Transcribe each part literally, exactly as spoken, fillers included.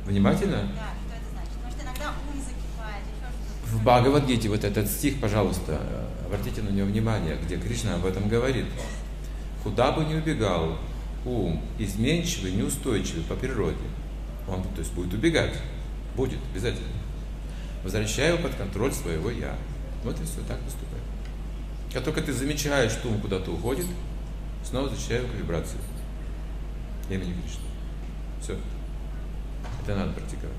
Внимательно? Да, что это значит? Потому что иногда ум закипает, еще что-то. В Бхагавад-гите вот этот стих, пожалуйста, обратите на него внимание, где Кришна об этом говорит. Куда бы ни убегал ум, изменчивый, неустойчивый по природе, он, то есть, будет убегать, будет обязательно. Возвращай его под контроль своего «я». Вот и все, так поступай. Как только ты замечаешь, что ум куда-то уходит, снова возвращай его к вибрации. Имени Кришны. Все. Это надо практиковать.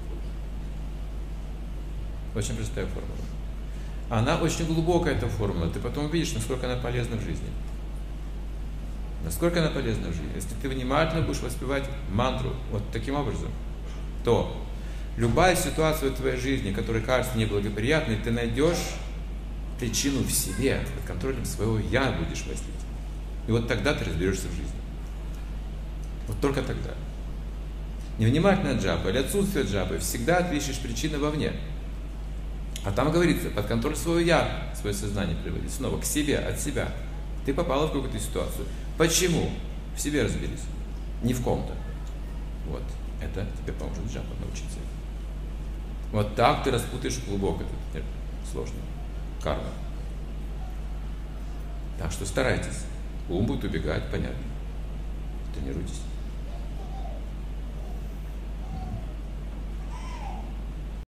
Очень простая формула. Она очень глубокая, эта формула. Ты потом увидишь, насколько она полезна в жизни. Насколько она полезна в жизни. Если ты внимательно будешь воспевать мантру вот таким образом, то любая ситуация в твоей жизни, которая кажется неблагоприятной, ты найдешь причину в себе, под контролем своего «я» будешь мыслить. И вот тогда ты разберешься в жизни. Вот только тогда. Невнимательная джапа или отсутствие джапы всегда ты ищешь причины вовне. А там говорится, под контроль своего «я», свое сознание приводить снова к себе, от себя. Ты попала в какую-то ситуацию. Почему? В себе разберись. Не в ком-то. Вот. Это тебе поможет джапа научиться. Вот так ты распутаешь клубок этот сложный. Карма. Так что старайтесь. Ум будет убегать, понятно. Тренируйтесь.